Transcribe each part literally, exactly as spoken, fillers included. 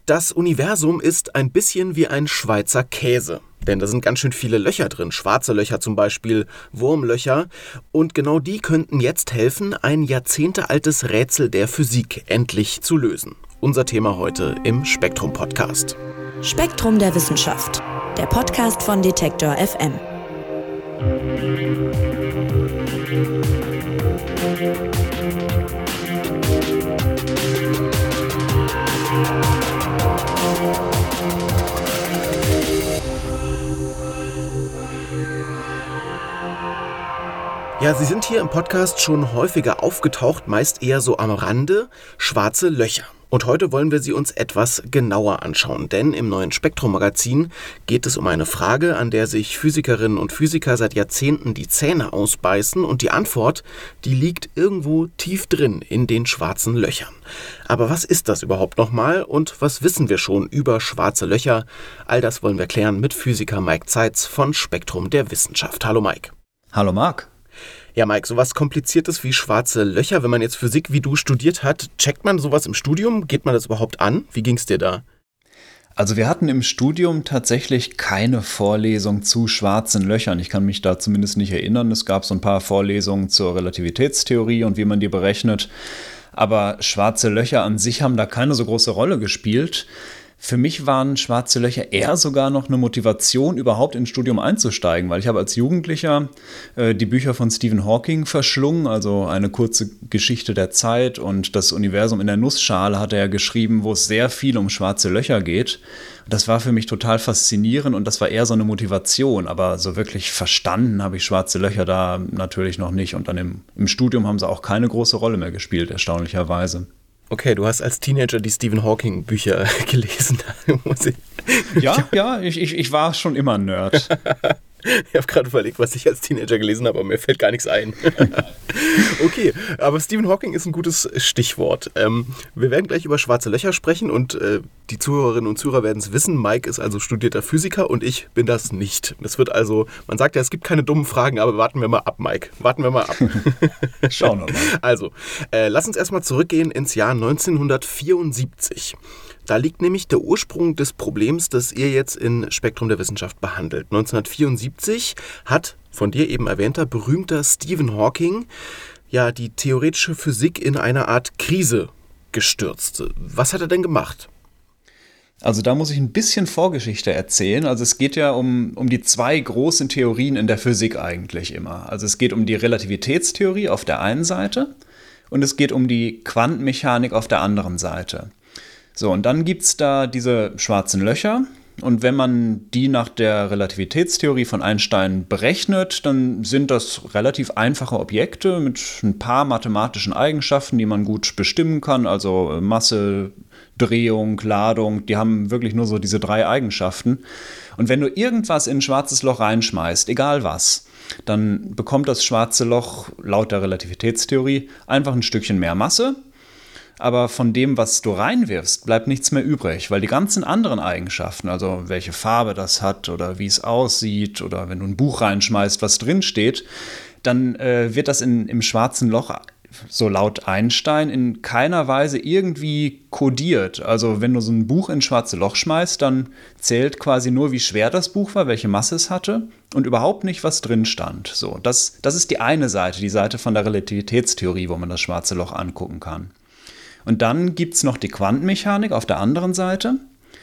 Das Universum ist ein bisschen wie ein Schweizer Käse. Denn da sind ganz schön viele Löcher drin, schwarze Löcher zum Beispiel, Wurmlöcher. Und genau die könnten jetzt helfen, ein jahrzehntealtes Rätsel der Physik endlich zu lösen. Unser Thema heute im Spektrum-Podcast. Spektrum der Wissenschaft, der Podcast von Detektor F M. Ja, sie sind hier im Podcast schon häufiger aufgetaucht, meist eher so am Rande, schwarze Löcher. Und heute wollen wir sie uns etwas genauer anschauen, denn im neuen Spektrum-Magazin geht es um eine Frage, an der sich Physikerinnen und Physiker seit Jahrzehnten die Zähne ausbeißen, und die Antwort, die liegt irgendwo tief drin in den schwarzen Löchern. Aber was ist das überhaupt nochmal und was wissen wir schon über schwarze Löcher? All das wollen wir klären mit Physiker Mike Zeitz von Spektrum der Wissenschaft. Hallo Mike. Hallo Marc. Ja, Mike, sowas Kompliziertes wie schwarze Löcher, wenn man jetzt Physik wie du studiert hat, checkt man sowas im Studium? Geht man das überhaupt an? Wie ging's dir da? Also wir hatten im Studium tatsächlich keine Vorlesung zu schwarzen Löchern. Ich kann mich da zumindest nicht erinnern. Es gab so ein paar Vorlesungen zur Relativitätstheorie und wie man die berechnet. Aber schwarze Löcher an sich haben da keine so große Rolle gespielt. Für mich waren schwarze Löcher eher sogar noch eine Motivation, überhaupt ins Studium einzusteigen, weil ich habe als Jugendlicher äh, die Bücher von Stephen Hawking verschlungen, also eine kurze Geschichte der Zeit und das Universum in der Nussschale hat er ja geschrieben, wo es sehr viel um schwarze Löcher geht. Das war für mich total faszinierend und das war eher so eine Motivation, aber so wirklich verstanden habe ich schwarze Löcher da natürlich noch nicht und dann im, im Studium haben sie auch keine große Rolle mehr gespielt, erstaunlicherweise. Okay, du hast als Teenager die Stephen Hawking Bücher gelesen. ja, ja, ich, ich, ich war schon immer ein Nerd. Ich habe gerade überlegt, was ich als Teenager gelesen habe, aber mir fällt gar nichts ein. Okay, aber Stephen Hawking ist ein gutes Stichwort. Ähm, wir werden gleich über schwarze Löcher sprechen und äh, die Zuhörerinnen und Zuhörer werden es wissen. Mike ist also studierter Physiker und ich bin das nicht. Das wird also, man sagt ja, es gibt keine dummen Fragen, aber warten wir mal ab, Mike. Warten wir mal ab. Schauen wir mal. Also, äh, lass uns erstmal zurückgehen ins Jahr neunzehnhundertvierundsiebzig. Da liegt nämlich der Ursprung des Problems, das ihr jetzt in Spektrum der Wissenschaft behandelt. neunzehnhundertvierundsiebzig hat, von dir eben erwähnter, berühmter Stephen Hawking ja die theoretische Physik in eine Art Krise gestürzt. Was hat er denn gemacht? Also da muss ich ein bisschen Vorgeschichte erzählen. Also es geht ja um, um die zwei großen Theorien in der Physik eigentlich immer. Also es geht um die Relativitätstheorie auf der einen Seite und es geht um die Quantenmechanik auf der anderen Seite. So, und dann gibt es da diese schwarzen Löcher und wenn man die nach der Relativitätstheorie von Einstein berechnet, dann sind das relativ einfache Objekte mit ein paar mathematischen Eigenschaften, die man gut bestimmen kann, also Masse, Drehung, Ladung, die haben wirklich nur so diese drei Eigenschaften. Und wenn du irgendwas in ein schwarzes Loch reinschmeißt, egal was, dann bekommt das schwarze Loch laut der Relativitätstheorie einfach ein Stückchen mehr Masse. Aber von dem, was du reinwirfst, bleibt nichts mehr übrig, weil die ganzen anderen Eigenschaften, also welche Farbe das hat oder wie es aussieht oder wenn du ein Buch reinschmeißt, was drin steht, dann äh, wird das in, im schwarzen Loch, so laut Einstein, in keiner Weise irgendwie kodiert. Also wenn du so ein Buch ins schwarze Loch schmeißt, dann zählt quasi nur, wie schwer das Buch war, welche Masse es hatte und überhaupt nicht, was drin stand. So, das, das ist die eine Seite, die Seite von der Relativitätstheorie, wo man das schwarze Loch angucken kann. Und dann gibt es noch die Quantenmechanik auf der anderen Seite.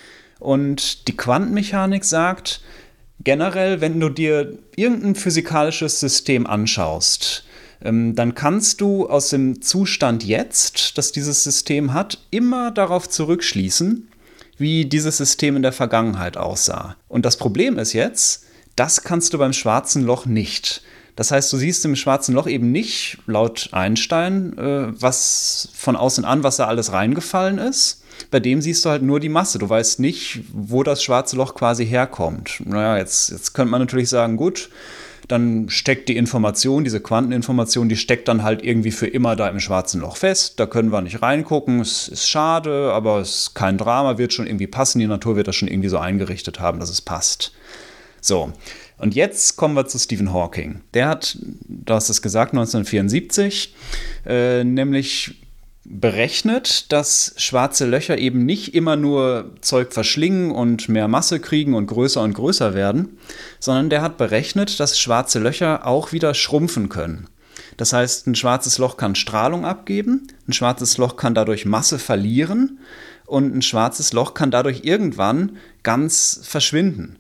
Und die Quantenmechanik sagt, generell, wenn du dir irgendein physikalisches System anschaust, ähm, dann kannst du aus dem Zustand jetzt, das dieses System hat, immer darauf zurückschließen, wie dieses System in der Vergangenheit aussah. Und das Problem ist jetzt, das kannst du beim schwarzen Loch nicht. Das heißt, du siehst im schwarzen Loch eben nicht, laut Einstein, äh, was von außen an, was da alles reingefallen ist. Bei dem siehst du halt nur die Masse. Du weißt nicht, wo das schwarze Loch quasi herkommt. Naja, jetzt, jetzt könnte man natürlich sagen, gut, dann steckt die Information, diese Quanteninformation, die steckt dann halt irgendwie für immer da im schwarzen Loch fest. Da können wir nicht reingucken, es ist schade, aber es ist kein Drama, wird schon irgendwie passen. Die Natur wird das schon irgendwie so eingerichtet haben, dass es passt. So, und jetzt kommen wir zu Stephen Hawking. Der hat, du hast es gesagt, neunzehnhundertvierundsiebzig, äh, nämlich berechnet, dass schwarze Löcher eben nicht immer nur Zeug verschlingen und mehr Masse kriegen und größer und größer werden, sondern der hat berechnet, dass schwarze Löcher auch wieder schrumpfen können. Das heißt, ein schwarzes Loch kann Strahlung abgeben, ein schwarzes Loch kann dadurch Masse verlieren und ein schwarzes Loch kann dadurch irgendwann ganz verschwinden.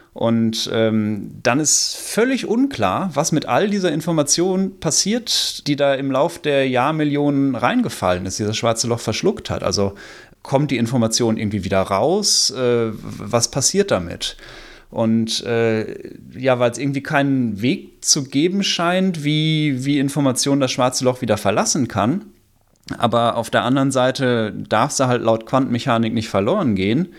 Und ähm, dann ist völlig unklar, was mit all dieser Information passiert, die da im Lauf der Jahrmillionen reingefallen ist, dieses schwarze Loch verschluckt hat. Also kommt die Information irgendwie wieder raus? Äh, was passiert damit? Und äh, ja, weil es irgendwie keinen Weg zu geben scheint, wie, wie Information das schwarze Loch wieder verlassen kann. Aber auf der anderen Seite darf sie halt laut Quantenmechanik nicht verloren gehen,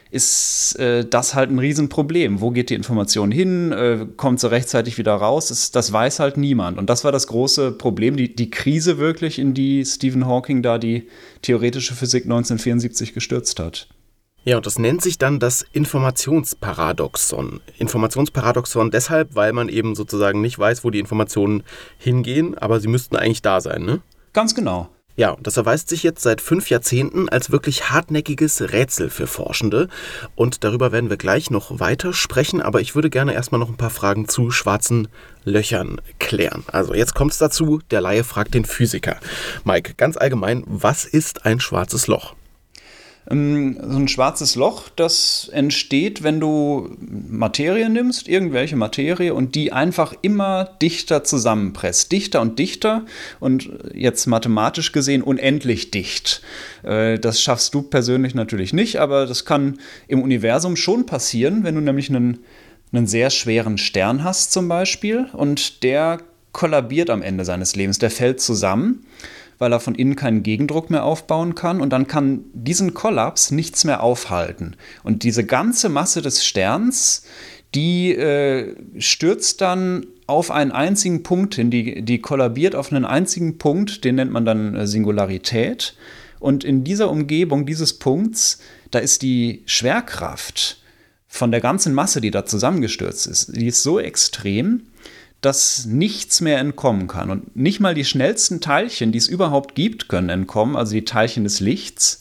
ist äh, das halt ein Riesenproblem. Wo geht die Information hin? Äh, kommt sie rechtzeitig wieder raus? Das, das weiß halt niemand. Und das war das große Problem, die, die Krise wirklich, in die Stephen Hawking da die theoretische Physik neunzehnhundertvierundsiebzig gestürzt hat. Ja, und das nennt sich dann das Informationsparadoxon. Informationsparadoxon deshalb, weil man eben sozusagen nicht weiß, wo die Informationen hingehen, aber sie müssten eigentlich da sein, ne? Ganz genau. Ja, das erweist sich jetzt seit fünf Jahrzehnten als wirklich hartnäckiges Rätsel für Forschende. Und darüber werden wir gleich noch weiter sprechen. Aber ich würde gerne erstmal noch ein paar Fragen zu schwarzen Löchern klären. Also jetzt kommt es dazu, der Laie fragt den Physiker. Mike, ganz allgemein, was ist ein schwarzes Loch? So ein schwarzes Loch, das entsteht, wenn du Materie nimmst, irgendwelche Materie, und die einfach immer dichter zusammenpresst. Dichter und dichter und jetzt mathematisch gesehen unendlich dicht. Das schaffst du persönlich natürlich nicht, aber das kann im Universum schon passieren, wenn du nämlich einen, einen sehr schweren Stern hast zum Beispiel und der kollabiert am Ende seines Lebens, der fällt zusammen, weil er von innen keinen Gegendruck mehr aufbauen kann, und dann kann diesen Kollaps nichts mehr aufhalten. Und diese ganze Masse des Sterns, die äh, stürzt dann auf einen einzigen Punkt hin, die, die kollabiert auf einen einzigen Punkt, den nennt man dann äh, Singularität. Und in dieser Umgebung dieses Punkts, da ist die Schwerkraft von der ganzen Masse, die da zusammengestürzt ist, die ist so extrem, dass nichts mehr entkommen kann. Und nicht mal die schnellsten Teilchen, die es überhaupt gibt, können entkommen, also die Teilchen des Lichts.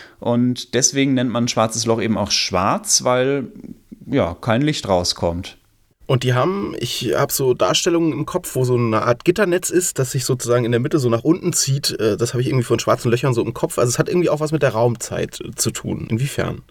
Und deswegen nennt man ein schwarzes Loch eben auch schwarz, weil ja kein Licht rauskommt. Und die haben, ich habe so Darstellungen im Kopf, wo so eine Art Gitternetz ist, das sich sozusagen in der Mitte so nach unten zieht. Das habe ich irgendwie von schwarzen Löchern so im Kopf. Also es hat irgendwie auch was mit der Raumzeit zu tun. Inwiefern?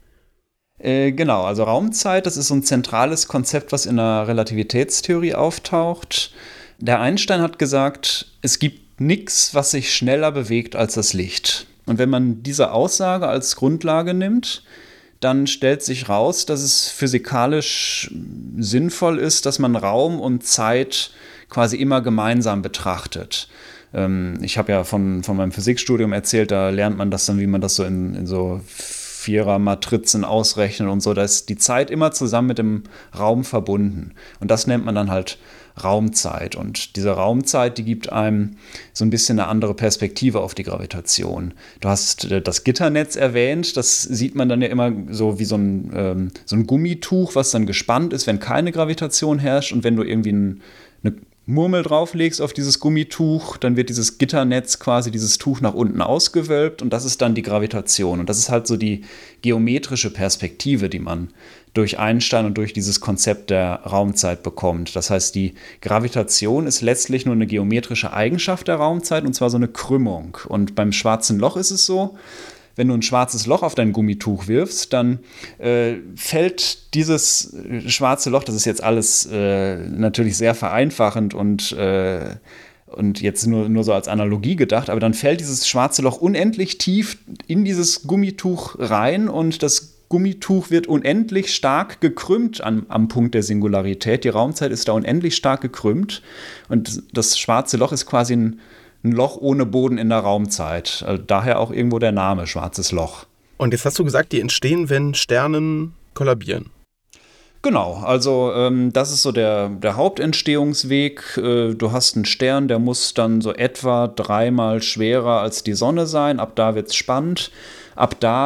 Genau, also Raumzeit, das ist so ein zentrales Konzept, was in der Relativitätstheorie auftaucht. Der Einstein hat gesagt, es gibt nichts, was sich schneller bewegt als das Licht. Und wenn man diese Aussage als Grundlage nimmt, dann stellt sich raus, dass es physikalisch sinnvoll ist, dass man Raum und Zeit quasi immer gemeinsam betrachtet. Ich habe ja von, von meinem Physikstudium erzählt, da lernt man das dann, wie man das so in, in so Vierer-Matrizen ausrechnen und so. Da ist die Zeit immer zusammen mit dem Raum verbunden. Und das nennt man dann halt Raumzeit. Und diese Raumzeit, die gibt einem so ein bisschen eine andere Perspektive auf die Gravitation. Du hast das Gitternetz erwähnt, das sieht man dann ja immer so wie so ein, ähm, so ein Gummituch, was dann gespannt ist, wenn keine Gravitation herrscht. Und wenn du irgendwie ein, eine Murmel drauflegst auf dieses Gummituch, dann wird dieses Gitternetz quasi, dieses Tuch nach unten ausgewölbt, und das ist dann die Gravitation. Und das ist halt so die geometrische Perspektive, die man durch Einstein und durch dieses Konzept der Raumzeit bekommt. Das heißt, die Gravitation ist letztlich nur eine geometrische Eigenschaft der Raumzeit, und zwar so eine Krümmung. Und beim schwarzen Loch ist es so, wenn du ein schwarzes Loch auf dein Gummituch wirfst, dann äh, fällt dieses schwarze Loch, das ist jetzt alles äh, natürlich sehr vereinfachend und, äh, und jetzt nur, nur so als Analogie gedacht, aber dann fällt dieses schwarze Loch unendlich tief in dieses Gummituch rein, und das Gummituch wird unendlich stark gekrümmt am, am Punkt der Singularität. Die Raumzeit ist da unendlich stark gekrümmt, und das schwarze Loch ist quasi ein Ein Loch ohne Boden in der Raumzeit. Also daher auch irgendwo der Name Schwarzes Loch. Und jetzt hast du gesagt, die entstehen, wenn Sternen kollabieren. Genau, also ähm, das ist so der, der Hauptentstehungsweg. Äh, du hast einen Stern, der muss dann so etwa dreimal schwerer als die Sonne sein. Ab da wird es spannend. Ab da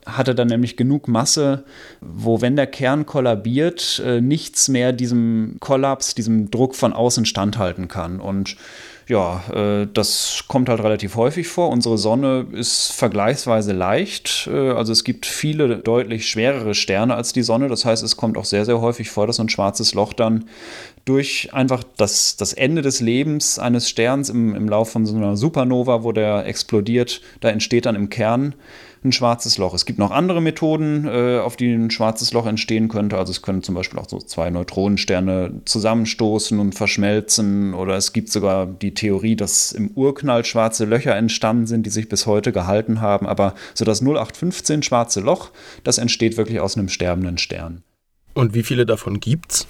hat er dann nämlich genug Masse, wo, wenn der Kern kollabiert, äh, nichts mehr diesem Kollaps, diesem Druck von außen standhalten kann. Und ja, äh, das kommt halt relativ häufig vor. Unsere Sonne ist vergleichsweise leicht. Äh, also es gibt viele deutlich schwerere Sterne als die Sonne. Das heißt, es kommt auch sehr, sehr häufig vor, dass so ein schwarzes Loch dann durch einfach das, das Ende des Lebens eines Sterns im, im Lauf von so einer Supernova, wo der explodiert, da entsteht dann im Kern ein schwarzes Loch. Es gibt noch andere Methoden, äh, auf die ein schwarzes Loch entstehen könnte. Also es können zum Beispiel auch so zwei Neutronensterne zusammenstoßen und verschmelzen. Oder es gibt sogar die Theorie, dass im Urknall schwarze Löcher entstanden sind, die sich bis heute gehalten haben. Aber so das null acht fünfzehn schwarze Loch, das entsteht wirklich aus einem sterbenden Stern. Und wie viele davon gibt's?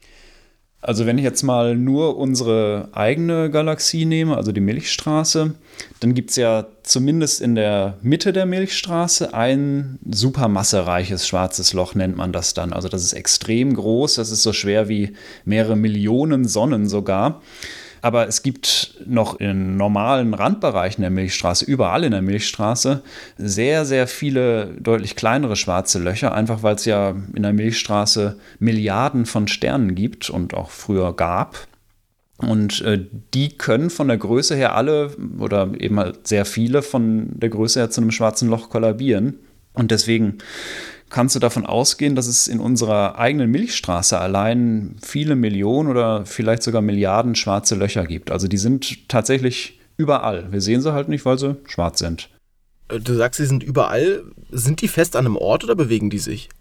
Also wenn ich jetzt mal nur unsere eigene Galaxie nehme, also die Milchstraße, dann gibt es ja zumindest in der Mitte der Milchstraße ein supermassereiches schwarzes Loch, nennt man das dann. Also das ist extrem groß, das ist so schwer wie mehrere Millionen Sonnen sogar. Aber es gibt noch in normalen Randbereichen der Milchstraße, überall in der Milchstraße, sehr, sehr viele deutlich kleinere schwarze Löcher, einfach weil es ja in der Milchstraße Milliarden von Sternen gibt und auch früher gab. Und äh, die können von der Größe her alle oder eben halt sehr viele von der Größe her zu einem schwarzen Loch kollabieren. Und deswegen kannst du davon ausgehen, dass es in unserer eigenen Milchstraße allein viele Millionen oder vielleicht sogar Milliarden schwarze Löcher gibt. Also die sind tatsächlich überall. Wir sehen sie halt nicht, weil sie schwarz sind. Du sagst, sie sind überall. Sind die fest an einem Ort oder bewegen die sich?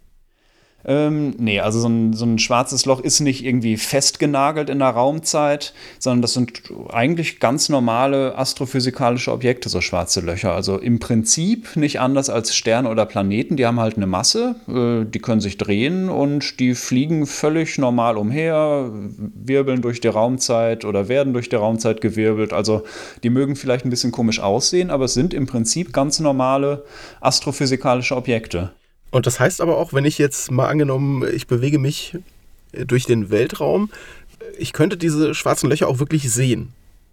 Ähm, nee, also so ein, so ein schwarzes Loch ist nicht irgendwie festgenagelt in der Raumzeit, sondern das sind eigentlich ganz normale astrophysikalische Objekte, so schwarze Löcher. Also im Prinzip nicht anders als Sterne oder Planeten. Die haben halt eine Masse, äh, die können sich drehen und die fliegen völlig normal umher, wirbeln durch die Raumzeit oder werden durch die Raumzeit gewirbelt. Also die mögen vielleicht ein bisschen komisch aussehen, aber es sind im Prinzip ganz normale astrophysikalische Objekte. Und das heißt aber auch, wenn ich jetzt mal angenommen, ich bewege mich durch den Weltraum, ich könnte diese schwarzen Löcher auch wirklich sehen.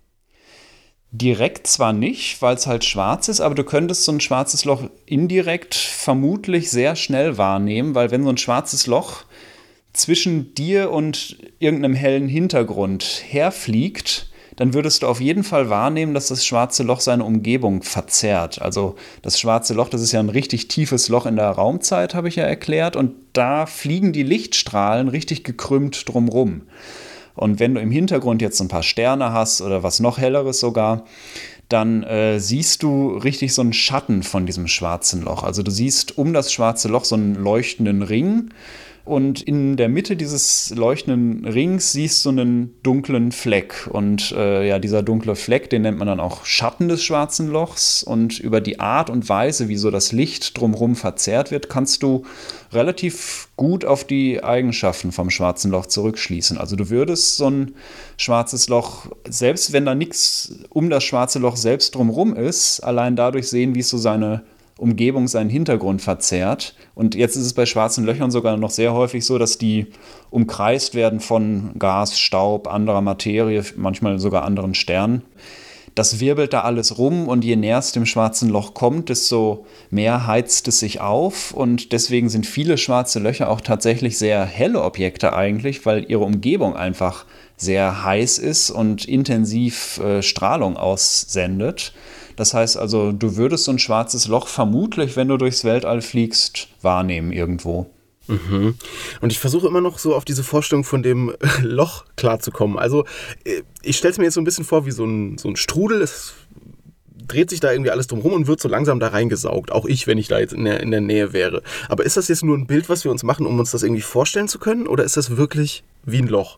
Direkt zwar nicht, weil es halt schwarz ist, aber du könntest so ein schwarzes Loch indirekt vermutlich sehr schnell wahrnehmen, weil wenn so ein schwarzes Loch zwischen dir und irgendeinem hellen Hintergrund herfliegt, dann würdest du auf jeden Fall wahrnehmen, dass das schwarze Loch seine Umgebung verzerrt. Also das schwarze Loch, das ist ja ein richtig tiefes Loch in der Raumzeit, habe ich ja erklärt, und da fliegen die Lichtstrahlen richtig gekrümmt drumrum. Und wenn du im Hintergrund jetzt ein paar Sterne hast oder was noch Helleres sogar, dann äh, siehst du richtig so einen Schatten von diesem schwarzen Loch. Also du siehst um das schwarze Loch so einen leuchtenden Ring. Und in der Mitte dieses leuchtenden Rings siehst du einen dunklen Fleck. Und äh, ja, dieser dunkle Fleck, den nennt man dann auch Schatten des schwarzen Lochs. Und über die Art und Weise, wie so das Licht drumherum verzerrt wird, kannst du relativ gut auf die Eigenschaften vom schwarzen Loch zurückschließen. Also du würdest so ein schwarzes Loch, selbst wenn da nichts um das schwarze Loch selbst drumherum ist, allein dadurch sehen, wie es so seine Umgebung, seinen Hintergrund verzerrt. Und jetzt ist es bei schwarzen Löchern sogar noch sehr häufig so, dass die umkreist werden von Gas, Staub, anderer Materie, manchmal sogar anderen Sternen. Das wirbelt da alles rum und je näher es dem schwarzen Loch kommt, desto mehr heizt es sich auf. Und deswegen sind viele schwarze Löcher auch tatsächlich sehr helle Objekte eigentlich, weil ihre Umgebung einfach sehr heiß ist und intensiv äh, Strahlung aussendet. Das heißt also, du würdest so ein schwarzes Loch vermutlich, wenn du durchs Weltall fliegst, wahrnehmen irgendwo. Mhm. Und ich versuche immer noch so auf diese Vorstellung von dem Loch klarzukommen. Also ich stelle es mir jetzt so ein bisschen vor wie so ein, so ein Strudel. Es dreht sich da irgendwie alles drum rum und wird so langsam da reingesaugt. Auch ich, wenn ich da jetzt in der, in der Nähe wäre. Aber ist das jetzt nur ein Bild, was wir uns machen, um uns das irgendwie vorstellen zu können? Oder ist das wirklich wie ein Loch?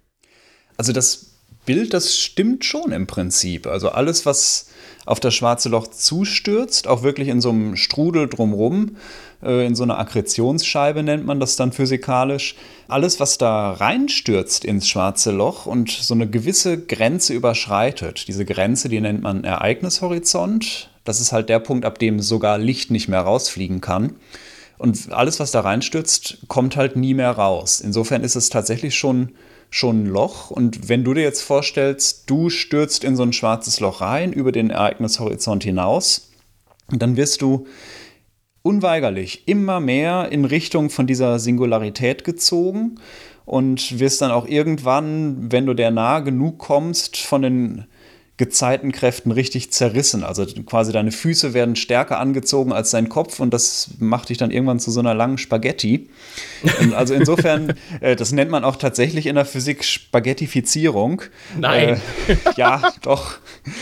Also das Bild, das stimmt schon im Prinzip. Also alles, was auf das schwarze Loch zustürzt, auch wirklich in so einem Strudel drumrum, äh, in so einer Akkretionsscheibe nennt man das dann physikalisch. Alles, was da reinstürzt ins schwarze Loch und so eine gewisse Grenze überschreitet, diese Grenze, die nennt man Ereignishorizont. Das ist halt der Punkt, ab dem sogar Licht nicht mehr rausfliegen kann. Und alles, was da reinstürzt, kommt halt nie mehr raus. Insofern ist es tatsächlich schon schon ein Loch. Und wenn du dir jetzt vorstellst, du stürzt in so ein schwarzes Loch rein, über den Ereignishorizont hinaus, dann wirst du unweigerlich immer mehr in Richtung von dieser Singularität gezogen und wirst dann auch irgendwann, wenn du der nahe genug kommst, von den Gezeitenkräften richtig zerrissen. Also quasi deine Füße werden stärker angezogen als dein Kopf und das macht dich dann irgendwann zu so einer langen Spaghetti. Also insofern, äh, das nennt man auch tatsächlich in der Physik Spaghettifizierung. Nein. Äh, ja, doch.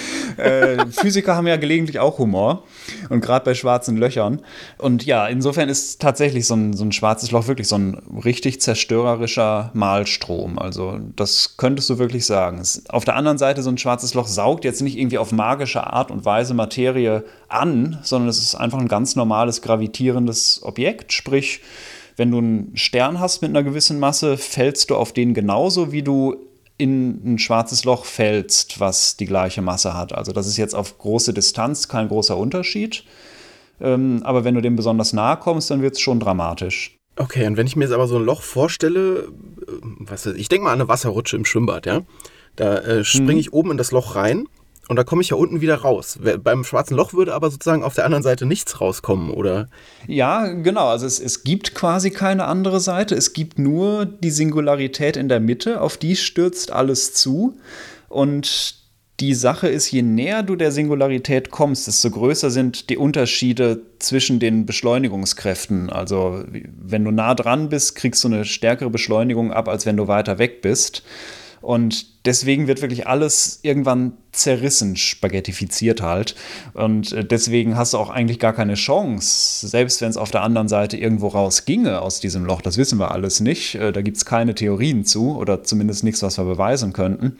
Äh, Physiker haben ja gelegentlich auch Humor und gerade bei schwarzen Löchern. Und ja, insofern ist tatsächlich so ein, so ein schwarzes Loch wirklich so ein richtig zerstörerischer Malstrom. Also das könntest du wirklich sagen. Es, auf der anderen Seite, so ein schwarzes Loch saugt jetzt nicht irgendwie auf magische Art und Weise Materie an, sondern es ist einfach ein ganz normales gravitierendes Objekt. Sprich, wenn du einen Stern hast mit einer gewissen Masse, fällst du auf den genauso, wie du in ein schwarzes Loch fällst, was die gleiche Masse hat. Also das ist jetzt auf große Distanz kein großer Unterschied. Ähm, aber wenn du dem besonders nahe kommst, dann wird es schon dramatisch. Okay, und wenn ich mir jetzt aber so ein Loch vorstelle, was weiß ich, ich denke mal an eine Wasserrutsche im Schwimmbad, ja? Da äh, springe Mhm. ich oben in das Loch rein und da komme ich ja unten wieder raus. Beim schwarzen Loch würde aber sozusagen auf der anderen Seite nichts rauskommen, oder? Ja, genau. Also es, es gibt quasi keine andere Seite. Es gibt nur die Singularität in der Mitte, auf die stürzt alles zu. Und die Sache ist, je näher du der Singularität kommst, desto größer sind die Unterschiede zwischen den Beschleunigungskräften. Also wenn du nah dran bist, kriegst du eine stärkere Beschleunigung ab, als wenn du weiter weg bist. Und deswegen wird wirklich alles irgendwann zerrissen, spaghettifiziert halt. Und deswegen hast du auch eigentlich gar keine Chance, selbst wenn es auf der anderen Seite irgendwo rausginge aus diesem Loch. Das wissen wir alles nicht. Da gibt es keine Theorien zu oder zumindest nichts, was wir beweisen könnten.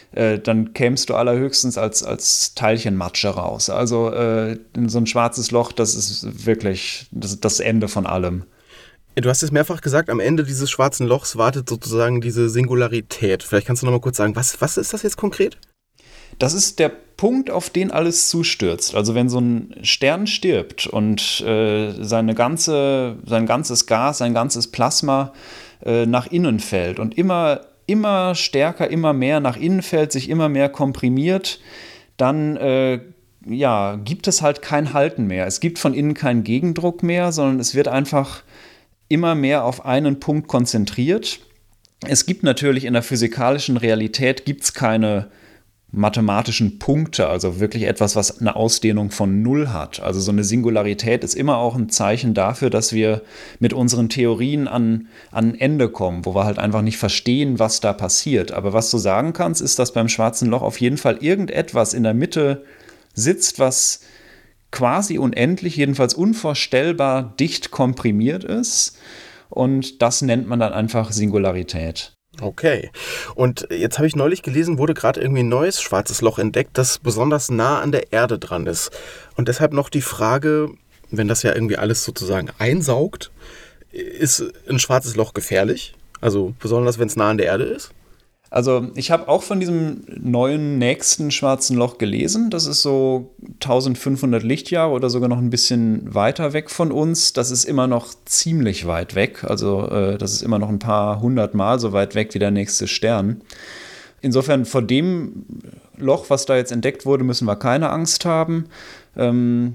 Dann kämst du allerhöchstens als, als Teilchenmatsche raus. Also so ein schwarzes Loch, das ist wirklich das, das Ende von allem. Du hast es mehrfach gesagt, am Ende dieses schwarzen Lochs wartet sozusagen diese Singularität. Vielleicht kannst du noch mal kurz sagen, was, was ist das jetzt konkret? Das ist der Punkt, auf den alles zustürzt. Also wenn so ein Stern stirbt und äh, seine ganze, sein ganzes Gas, sein ganzes Plasma äh, nach innen fällt und immer, immer stärker, immer mehr nach innen fällt, sich immer mehr komprimiert, dann äh, ja, gibt es halt kein Halten mehr. Es gibt von innen keinen Gegendruck mehr, sondern es wird einfach immer mehr auf einen Punkt konzentriert. Es gibt natürlich in der physikalischen Realität gibt's keine mathematischen Punkte, also wirklich etwas, was eine Ausdehnung von Null hat. Also so eine Singularität ist immer auch ein Zeichen dafür, dass wir mit unseren Theorien an, an ein Ende kommen, wo wir halt einfach nicht verstehen, was da passiert. Aber was du sagen kannst, ist, dass beim schwarzen Loch auf jeden Fall irgendetwas in der Mitte sitzt, was quasi unendlich, jedenfalls unvorstellbar dicht komprimiert ist. Und das nennt man dann einfach Singularität. Okay. Und jetzt habe ich neulich gelesen, wurde gerade irgendwie ein neues schwarzes Loch entdeckt, das besonders nah an der Erde dran ist. Und deshalb noch die Frage, wenn das ja irgendwie alles sozusagen einsaugt, ist ein schwarzes Loch gefährlich? Also besonders, wenn es nah an der Erde ist? Also ich habe auch von diesem neuen nächsten schwarzen Loch gelesen. Das ist so eintausendfünfhundert Lichtjahre oder sogar noch ein bisschen weiter weg von uns. Das ist immer noch ziemlich weit weg. Also äh, das ist immer noch ein paar hundert Mal so weit weg wie der nächste Stern. Insofern vor dem Loch, was da jetzt entdeckt wurde, müssen wir keine Angst haben. Ähm,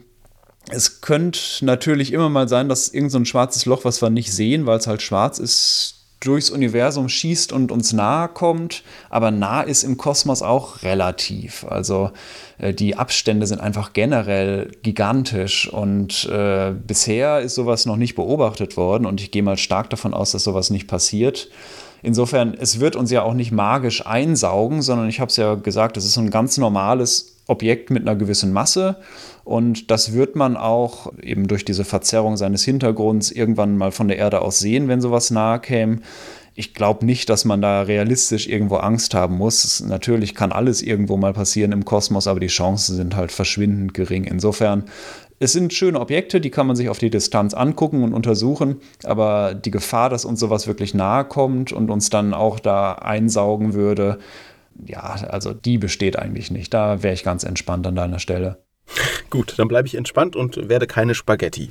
es könnte natürlich immer mal sein, dass irgend so ein schwarzes Loch, was wir nicht sehen, weil es halt schwarz ist, durchs Universum schießt und uns nahe kommt, aber nah ist im Kosmos auch relativ. Also äh, die Abstände sind einfach generell gigantisch und äh, bisher ist sowas noch nicht beobachtet worden und ich gehe mal stark davon aus, dass sowas nicht passiert. Insofern, es wird uns ja auch nicht magisch einsaugen, sondern ich habe es ja gesagt, es ist so ein ganz normales Objekt mit einer gewissen Masse und das wird man auch eben durch diese Verzerrung seines Hintergrunds irgendwann mal von der Erde aus sehen, wenn sowas nahe käme. Ich glaube nicht, dass man da realistisch irgendwo Angst haben muss. Natürlich kann alles irgendwo mal passieren im Kosmos, aber die Chancen sind halt verschwindend gering. Insofern, es sind schöne Objekte, die kann man sich auf die Distanz angucken und untersuchen, aber die Gefahr, dass uns sowas wirklich nahe kommt und uns dann auch da einsaugen würde, ja, also die besteht eigentlich nicht. Da wäre ich ganz entspannt an deiner Stelle. Gut, dann bleibe ich entspannt und werde keine Spaghetti.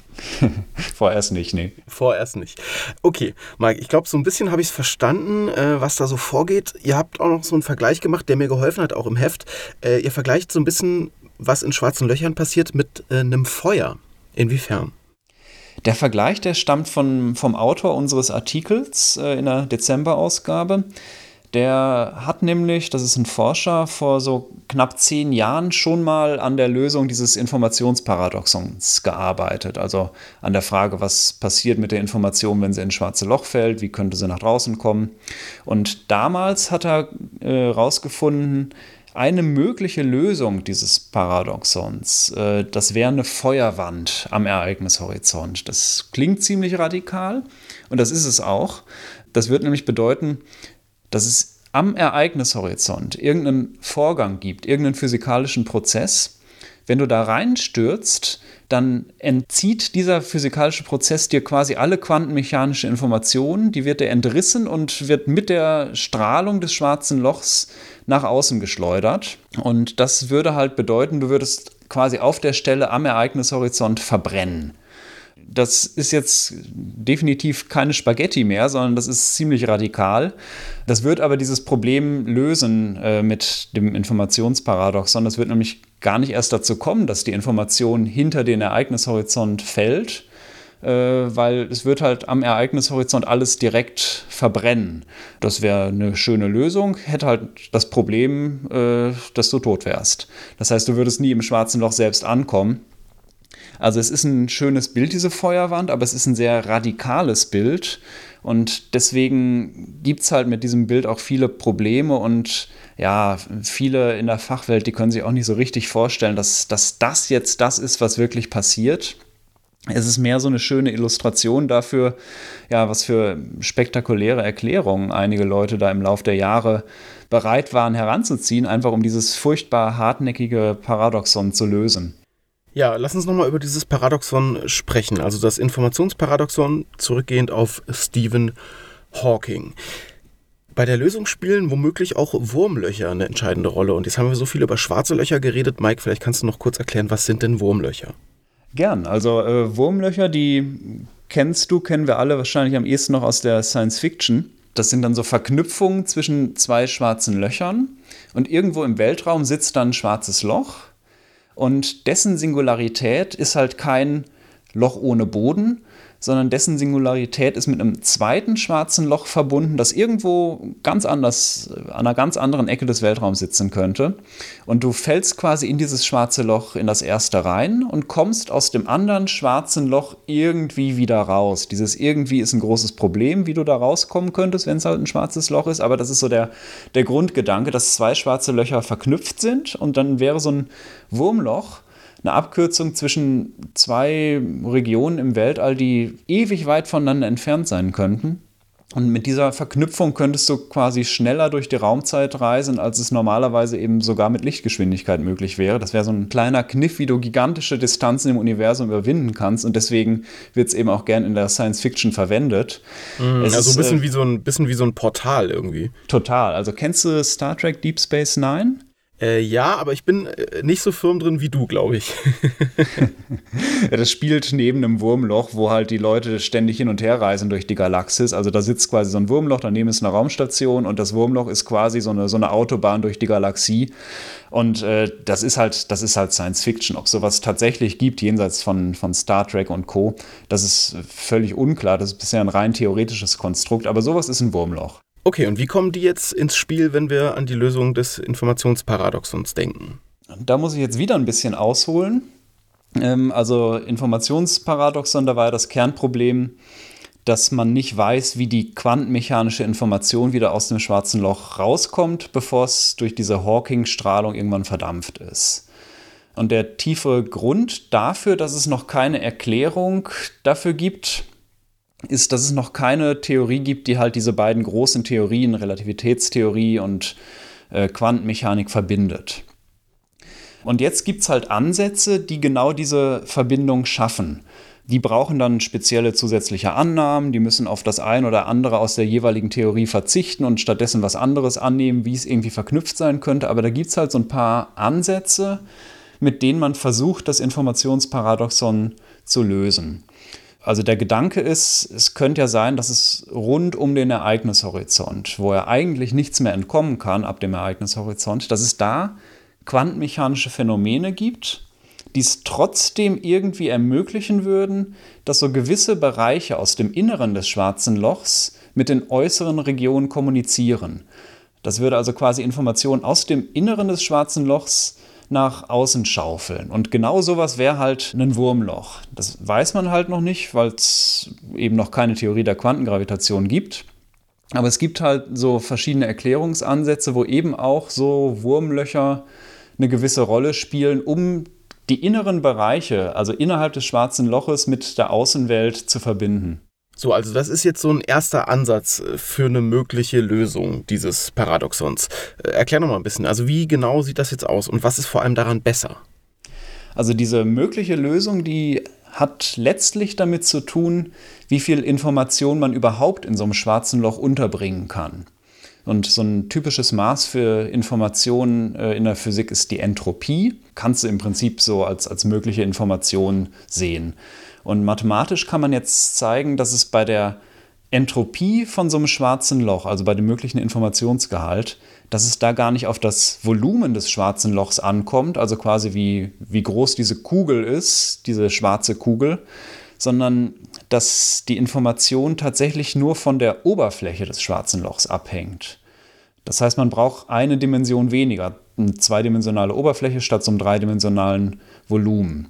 Vorerst nicht, nee. Vorerst nicht. Okay, Mike, ich glaube, so ein bisschen habe ich es verstanden, äh, was da so vorgeht. Ihr habt auch noch so einen Vergleich gemacht, der mir geholfen hat, auch im Heft. Äh, ihr vergleicht so ein bisschen, was in schwarzen Löchern passiert, mit äh, einem Feuer. Inwiefern? Der Vergleich, der stammt von, vom Autor unseres Artikels äh, in der Dezemberausgabe. Der hat nämlich, das ist ein Forscher, vor so knapp zehn Jahren schon mal an der Lösung dieses Informationsparadoxons gearbeitet. Also an der Frage, was passiert mit der Information, wenn sie in ein schwarzes Loch fällt, wie könnte sie nach draußen kommen. Und damals hat er herausgefunden, äh, eine mögliche Lösung dieses Paradoxons, äh, das wäre eine Feuerwand am Ereignishorizont. Das klingt ziemlich radikal und das ist es auch. Das wird nämlich bedeuten, dass es am Ereignishorizont irgendeinen Vorgang gibt, irgendeinen physikalischen Prozess. Wenn du da reinstürzt, dann entzieht dieser physikalische Prozess dir quasi alle quantenmechanische Informationen, die wird dir entrissen und wird mit der Strahlung des schwarzen Lochs nach außen geschleudert. Und das würde halt bedeuten, du würdest quasi auf der Stelle am Ereignishorizont verbrennen. Das ist jetzt definitiv keine Spaghetti mehr, sondern das ist ziemlich radikal. Das wird aber dieses Problem lösen äh, mit dem Informationsparadoxon. Das wird nämlich gar nicht erst dazu kommen, dass die Information hinter den Ereignishorizont fällt, äh, weil es wird halt am Ereignishorizont alles direkt verbrennen. Das wäre eine schöne Lösung, hätte halt das Problem, äh, dass du tot wärst. Das heißt, du würdest nie im schwarzen Loch selbst ankommen. Also es ist ein schönes Bild, diese Feuerwand, aber es ist ein sehr radikales Bild und deswegen gibt es halt mit diesem Bild auch viele Probleme und ja, viele in der Fachwelt, die können sich auch nicht so richtig vorstellen, dass, dass das jetzt das ist, was wirklich passiert. Es ist mehr so eine schöne Illustration dafür, ja, was für spektakuläre Erklärungen einige Leute da im Laufe der Jahre bereit waren heranzuziehen, einfach um dieses furchtbar hartnäckige Paradoxon zu lösen. Ja, lass uns nochmal über dieses Paradoxon sprechen, also das Informationsparadoxon, zurückgehend auf Stephen Hawking. Bei der Lösung spielen womöglich auch Wurmlöcher eine entscheidende Rolle. Und jetzt haben wir so viel über schwarze Löcher geredet. Mike, vielleicht kannst du noch kurz erklären, was sind denn Wurmlöcher? Gern. Also äh, Wurmlöcher, die kennst du, kennen wir alle wahrscheinlich am ehesten noch aus der Science Fiction. Das sind dann so Verknüpfungen zwischen zwei schwarzen Löchern. Und irgendwo im Weltraum sitzt dann ein schwarzes Loch. Und dessen Singularität ist halt kein Loch ohne Boden, sondern dessen Singularität ist mit einem zweiten schwarzen Loch verbunden, das irgendwo ganz anders, an einer ganz anderen Ecke des Weltraums sitzen könnte. Und du fällst quasi in dieses schwarze Loch, in das erste rein und kommst aus dem anderen schwarzen Loch irgendwie wieder raus. Dieses irgendwie ist ein großes Problem, wie du da rauskommen könntest, wenn es halt ein schwarzes Loch ist. Aber das ist so der, der Grundgedanke, dass zwei schwarze Löcher verknüpft sind und dann wäre so ein Wurmloch eine Abkürzung zwischen zwei Regionen im Weltall, die ewig weit voneinander entfernt sein könnten. Und mit dieser Verknüpfung könntest du quasi schneller durch die Raumzeit reisen, als es normalerweise eben sogar mit Lichtgeschwindigkeit möglich wäre. Das wäre so ein kleiner Kniff, wie du gigantische Distanzen im Universum überwinden kannst. Und deswegen wird es eben auch gern in der Science Fiction verwendet. Mhm, also ist, ein bisschen, äh, wie so ein bisschen wie so ein Portal irgendwie. Total. Also kennst du Star Trek Deep Space Nine? Äh, ja, aber ich bin äh, nicht so firm drin wie du, glaube ich. Ja, das spielt neben einem Wurmloch, wo halt die Leute ständig hin und her reisen durch die Galaxis. Also da sitzt quasi so ein Wurmloch, daneben ist eine Raumstation und das Wurmloch ist quasi so eine, so eine Autobahn durch die Galaxie. Und äh, das ist halt, das ist halt Science Fiction. Ob sowas tatsächlich gibt, jenseits von, von Star Trek und Co., das ist völlig unklar. Das ist bisher ein rein theoretisches Konstrukt, aber sowas ist ein Wurmloch. Okay, und wie kommen die jetzt ins Spiel, wenn wir an die Lösung des Informationsparadoxons denken? Da muss ich jetzt wieder ein bisschen ausholen. Ähm, also Informationsparadoxon, da war ja das Kernproblem, dass man nicht weiß, wie die quantenmechanische Information wieder aus dem schwarzen Loch rauskommt, bevor es durch diese Hawking-Strahlung irgendwann verdampft ist. Und der tiefe Grund dafür, dass es noch keine Erklärung dafür gibt, ist, dass es noch keine Theorie gibt, die halt diese beiden großen Theorien, Relativitätstheorie und äh, Quantenmechanik, verbindet. Und jetzt gibt es halt Ansätze, die genau diese Verbindung schaffen. Die brauchen dann spezielle zusätzliche Annahmen, die müssen auf das ein oder andere aus der jeweiligen Theorie verzichten und stattdessen was anderes annehmen, wie es irgendwie verknüpft sein könnte. Aber da gibt es halt so ein paar Ansätze, mit denen man versucht, das Informationsparadoxon zu lösen. Also der Gedanke ist, es könnte ja sein, dass es rund um den Ereignishorizont, wo er eigentlich nichts mehr entkommen kann ab dem Ereignishorizont, dass es da quantenmechanische Phänomene gibt, die es trotzdem irgendwie ermöglichen würden, dass so gewisse Bereiche aus dem Inneren des Schwarzen Lochs mit den äußeren Regionen kommunizieren. Das würde also quasi Informationen aus dem Inneren des Schwarzen Lochs nach außen schaufeln. Und genau sowas wäre halt ein Wurmloch. Das weiß man halt noch nicht, weil es eben noch keine Theorie der Quantengravitation gibt. Aber es gibt halt so verschiedene Erklärungsansätze, wo eben auch so Wurmlöcher eine gewisse Rolle spielen, um die inneren Bereiche, also innerhalb des Schwarzen Loches, mit der Außenwelt zu verbinden. So, also das ist jetzt so ein erster Ansatz für eine mögliche Lösung dieses Paradoxons. Erklär noch mal ein bisschen, also wie genau sieht das jetzt aus und was ist vor allem daran besser? Also diese mögliche Lösung, die hat letztlich damit zu tun, wie viel Information man überhaupt in so einem Schwarzen Loch unterbringen kann. Und so ein typisches Maß für Informationen in der Physik ist die Entropie. Kannst du im Prinzip so als, als mögliche Information sehen. Und mathematisch kann man jetzt zeigen, dass es bei der Entropie von so einem Schwarzen Loch, also bei dem möglichen Informationsgehalt, dass es da gar nicht auf das Volumen des Schwarzen Lochs ankommt, also quasi wie, wie groß diese Kugel ist, diese schwarze Kugel, sondern dass die Information tatsächlich nur von der Oberfläche des Schwarzen Lochs abhängt. Das heißt, man braucht eine Dimension weniger, eine zweidimensionale Oberfläche statt so einem dreidimensionalen Volumen.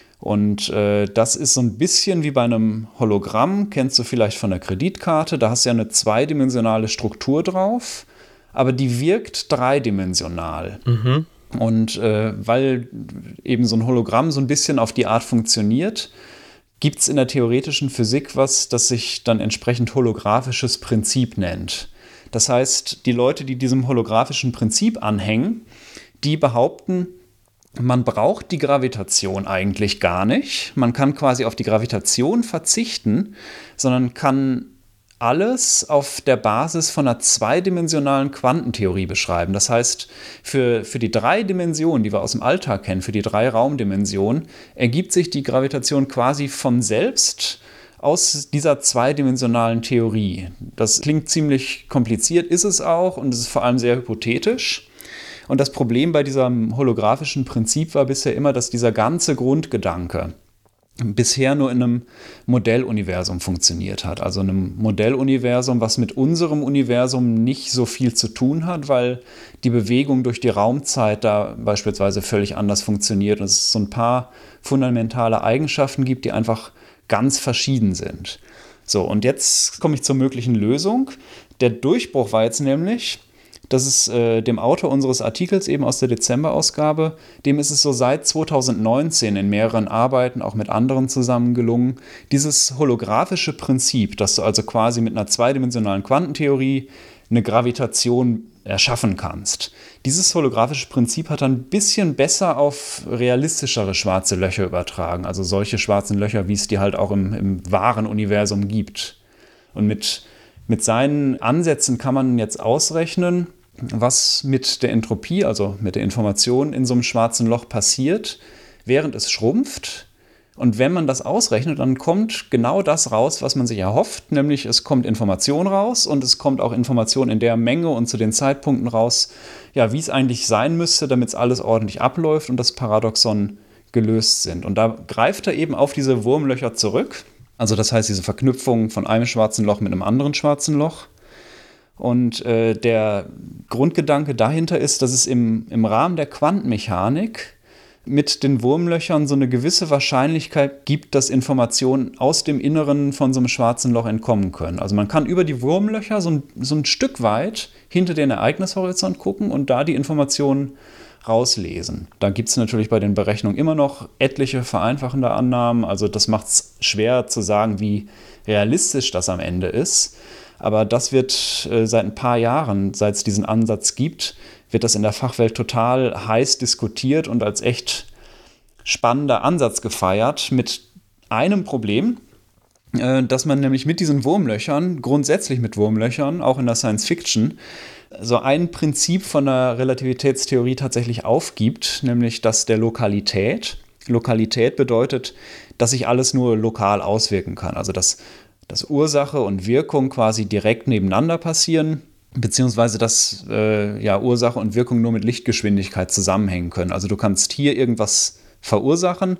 Und äh, das ist so ein bisschen wie bei einem Hologramm, kennst du vielleicht von der Kreditkarte, da hast du ja eine zweidimensionale Struktur drauf, aber die wirkt dreidimensional. Mhm. Und äh, weil eben so ein Hologramm so ein bisschen auf die Art funktioniert, gibt es in der theoretischen Physik was, das sich dann entsprechend holographisches Prinzip nennt. Das heißt, die Leute, die diesem holographischen Prinzip anhängen, die behaupten, man braucht die Gravitation eigentlich gar nicht. Man kann quasi auf die Gravitation verzichten, sondern kann alles auf der Basis von einer zweidimensionalen Quantentheorie beschreiben. Das heißt, für, für die drei Dimensionen, die wir aus dem Alltag kennen, für die drei Raumdimensionen, ergibt sich die Gravitation quasi von selbst aus dieser zweidimensionalen Theorie. Das klingt ziemlich kompliziert, ist es auch, und es ist vor allem sehr hypothetisch. Und das Problem bei diesem holographischen Prinzip war bisher immer, dass dieser ganze Grundgedanke bisher nur in einem Modelluniversum funktioniert hat. Also einem Modelluniversum, was mit unserem Universum nicht so viel zu tun hat, weil die Bewegung durch die Raumzeit da beispielsweise völlig anders funktioniert und es so ein paar fundamentale Eigenschaften gibt, die einfach ganz verschieden sind. So, und jetzt komme ich zur möglichen Lösung. Der Durchbruch war jetzt nämlich, dass es äh, dem Autor unseres Artikels eben aus der Dezemberausgabe, dem ist es so seit zweitausendneunzehn in mehreren Arbeiten, auch mit anderen zusammen gelungen, dieses holographische Prinzip, dass du also quasi mit einer zweidimensionalen Quantentheorie eine Gravitation erschaffen kannst. Dieses holographische Prinzip hat dann ein bisschen besser auf realistischere schwarze Löcher übertragen, also solche schwarzen Löcher, wie es die halt auch im, im wahren Universum gibt. Und mit Mit seinen Ansätzen kann man jetzt ausrechnen, was mit der Entropie, also mit der Information in so einem schwarzen Loch passiert, während es schrumpft. Und wenn man das ausrechnet, dann kommt genau das raus, was man sich erhofft, nämlich es kommt Information raus und es kommt auch Information in der Menge und zu den Zeitpunkten raus, ja, wie es eigentlich sein müsste, damit es alles ordentlich abläuft und das Paradoxon gelöst sind. Und da greift er eben auf diese Wurmlöcher zurück. Also das heißt, diese Verknüpfung von einem schwarzen Loch mit einem anderen schwarzen Loch. Und äh, der Grundgedanke dahinter ist, dass es im, im Rahmen der Quantenmechanik mit den Wurmlöchern so eine gewisse Wahrscheinlichkeit gibt, dass Informationen aus dem Inneren von so einem schwarzen Loch entkommen können. Also man kann über die Wurmlöcher so ein, so ein Stück weit hinter den Ereignishorizont gucken und da die Informationen rauslesen. Da gibt es natürlich bei den Berechnungen immer noch etliche vereinfachende Annahmen. Also das macht es schwer zu sagen, wie realistisch das am Ende ist. Aber das wird äh, seit ein paar Jahren, seit es diesen Ansatz gibt, wird das in der Fachwelt total heiß diskutiert und als echt spannender Ansatz gefeiert mit einem Problem, äh, dass man nämlich mit diesen Wurmlöchern, grundsätzlich mit Wurmlöchern, auch in der Science Fiction, so ein Prinzip von der Relativitätstheorie tatsächlich aufgibt, nämlich das der Lokalität. Lokalität bedeutet, dass sich alles nur lokal auswirken kann, also dass, dass Ursache und Wirkung quasi direkt nebeneinander passieren, beziehungsweise dass äh, ja, Ursache und Wirkung nur mit Lichtgeschwindigkeit zusammenhängen können. Also du kannst hier irgendwas verursachen.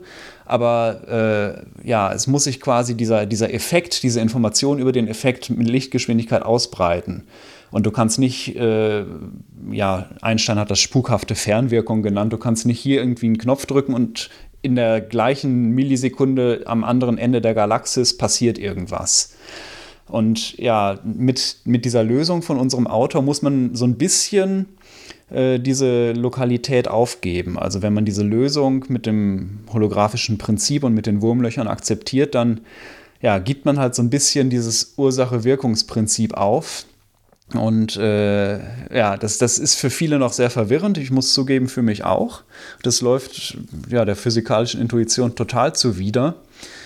Aber äh, ja, es muss sich quasi dieser, dieser Effekt, diese Information über den Effekt mit Lichtgeschwindigkeit ausbreiten. Und du kannst nicht, äh, ja, Einstein hat das spukhafte Fernwirkung genannt, du kannst nicht hier irgendwie einen Knopf drücken und in der gleichen Millisekunde am anderen Ende der Galaxis passiert irgendwas. Und ja, mit, mit dieser Lösung von unserem Autor muss man so ein bisschen äh, diese Lokalität aufgeben. Also wenn man diese Lösung mit dem holographischen Prinzip und mit den Wurmlöchern akzeptiert, dann ja, gibt man halt so ein bisschen dieses Ursache-Wirkungsprinzip auf. Und äh, ja, das, das ist für viele noch sehr verwirrend. Ich muss zugeben, für mich auch. Das läuft ja der physikalischen Intuition total zuwider.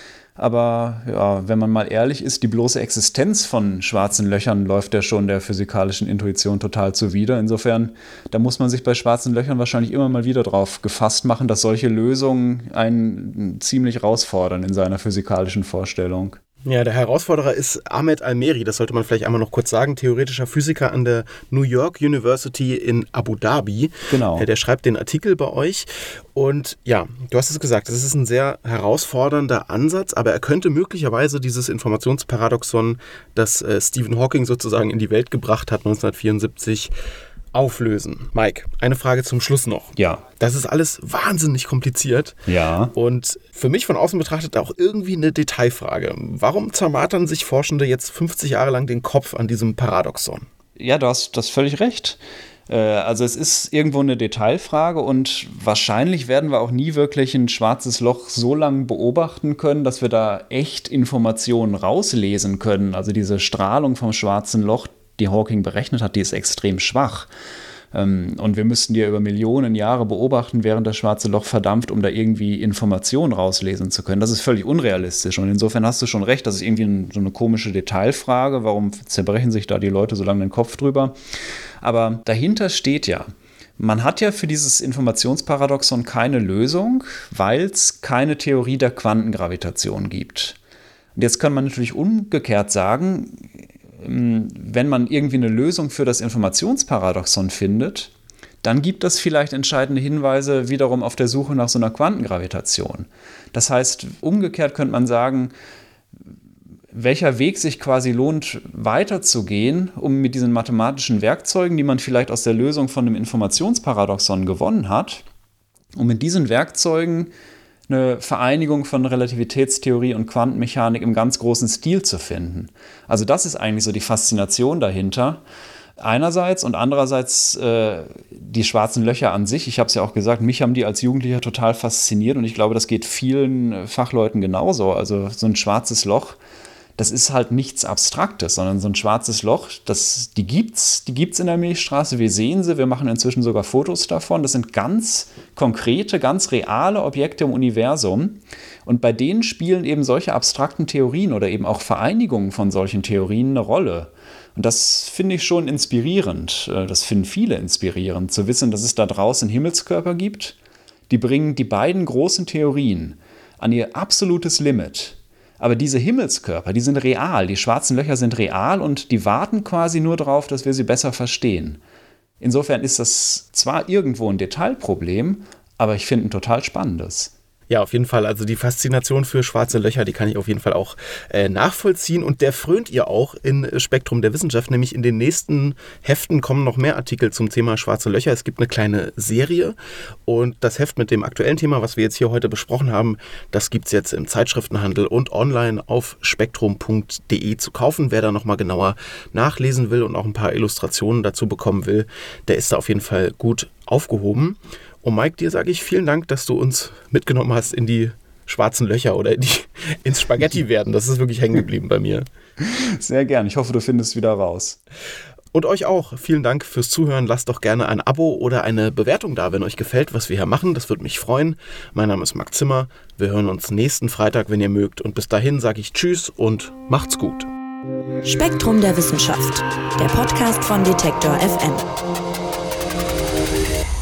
Aber ja, wenn man mal ehrlich ist, die bloße Existenz von schwarzen Löchern läuft ja schon der physikalischen Intuition total zuwider. Insofern, da muss man sich bei schwarzen Löchern wahrscheinlich immer mal wieder drauf gefasst machen, dass solche Lösungen einen ziemlich herausfordern in seiner physikalischen Vorstellung. Ja, der Herausforderer ist Ahmed Almeri, das sollte man vielleicht einmal noch kurz sagen, theoretischer Physiker an der New York University in Abu Dhabi. Genau. Der schreibt den Artikel bei euch und ja, du hast es gesagt, es ist ein sehr herausfordernder Ansatz, aber er könnte möglicherweise dieses Informationsparadoxon, das äh, Stephen Hawking sozusagen in die Welt gebracht hat, neunzehnhundertvierundsiebzig, auflösen. Mike, eine Frage zum Schluss noch. Ja. Das ist alles wahnsinnig kompliziert. Ja. Und für mich von außen betrachtet auch irgendwie eine Detailfrage. Warum zermartern sich Forschende jetzt fünfzig Jahre lang den Kopf an diesem Paradoxon? Ja, du hast das völlig recht. Also es ist irgendwo eine Detailfrage und wahrscheinlich werden wir auch nie wirklich ein schwarzes Loch so lange beobachten können, dass wir da echt Informationen rauslesen können. Also diese Strahlung vom schwarzen Loch, die Hawking berechnet hat, die ist extrem schwach. Und wir müssten die ja über Millionen Jahre beobachten, während das schwarze Loch verdampft, um da irgendwie Informationen rauslesen zu können. Das ist völlig unrealistisch. Und insofern hast du schon recht, das ist irgendwie ein, so eine komische Detailfrage. Warum zerbrechen sich da die Leute so lange den Kopf drüber? Aber dahinter steht ja, man hat ja für dieses Informationsparadoxon keine Lösung, weil es keine Theorie der Quantengravitation gibt. Und jetzt kann man natürlich umgekehrt sagen, wenn man irgendwie eine Lösung für das Informationsparadoxon findet, dann gibt das vielleicht entscheidende Hinweise wiederum auf der Suche nach so einer Quantengravitation. Das heißt, umgekehrt könnte man sagen, welcher Weg sich quasi lohnt, weiterzugehen, um mit diesen mathematischen Werkzeugen, die man vielleicht aus der Lösung von dem Informationsparadoxon gewonnen hat, um mit diesen Werkzeugen eine Vereinigung von Relativitätstheorie und Quantenmechanik im ganz großen Stil zu finden. Also das ist eigentlich so die Faszination dahinter. Einerseits und andererseits äh, die schwarzen Löcher an sich. Ich habe es ja auch gesagt, mich haben die als Jugendlicher total fasziniert und ich glaube, das geht vielen Fachleuten genauso. Also so ein schwarzes Loch, das ist halt nichts Abstraktes, sondern so ein schwarzes Loch, das, die gibt's, die gibt's in der Milchstraße, wir sehen sie, wir machen inzwischen sogar Fotos davon. Das sind ganz konkrete, ganz reale Objekte im Universum und bei denen spielen eben solche abstrakten Theorien oder eben auch Vereinigungen von solchen Theorien eine Rolle. Und das finde ich schon inspirierend, das finden viele inspirierend, zu wissen, dass es da draußen Himmelskörper gibt, die bringen die beiden großen Theorien an ihr absolutes Limit. Aber diese Himmelskörper, die sind real, die schwarzen Löcher sind real und die warten quasi nur darauf, dass wir sie besser verstehen. Insofern ist das zwar irgendwo ein Detailproblem, aber ich finde ein total spannendes. Ja, auf jeden Fall. Also die Faszination für schwarze Löcher, die kann ich auf jeden Fall auch äh, nachvollziehen. Und der frönt ihr auch in Spektrum der Wissenschaft. Nämlich in den nächsten Heften kommen noch mehr Artikel zum Thema schwarze Löcher. Es gibt eine kleine Serie. Und das Heft mit dem aktuellen Thema, was wir jetzt hier heute besprochen haben, das gibt es jetzt im Zeitschriftenhandel und online auf spektrum punkt de zu kaufen. Wer da nochmal genauer nachlesen will und auch ein paar Illustrationen dazu bekommen will, der ist da auf jeden Fall gut aufgehoben. Und Mike, dir sage ich vielen Dank, dass du uns mitgenommen hast in die schwarzen Löcher oder in die, ins Spaghetti-Werden. Das ist wirklich hängen geblieben bei mir. Sehr gern. Ich hoffe, du findest wieder raus. Und euch auch. Vielen Dank fürs Zuhören. Lasst doch gerne ein Abo oder eine Bewertung da, wenn euch gefällt, was wir hier machen. Das würde mich freuen. Mein Name ist Marc Zimmer. Wir hören uns nächsten Freitag, wenn ihr mögt. Und bis dahin sage ich Tschüss und macht's gut. Spektrum der Wissenschaft, der Podcast von Detektor F M.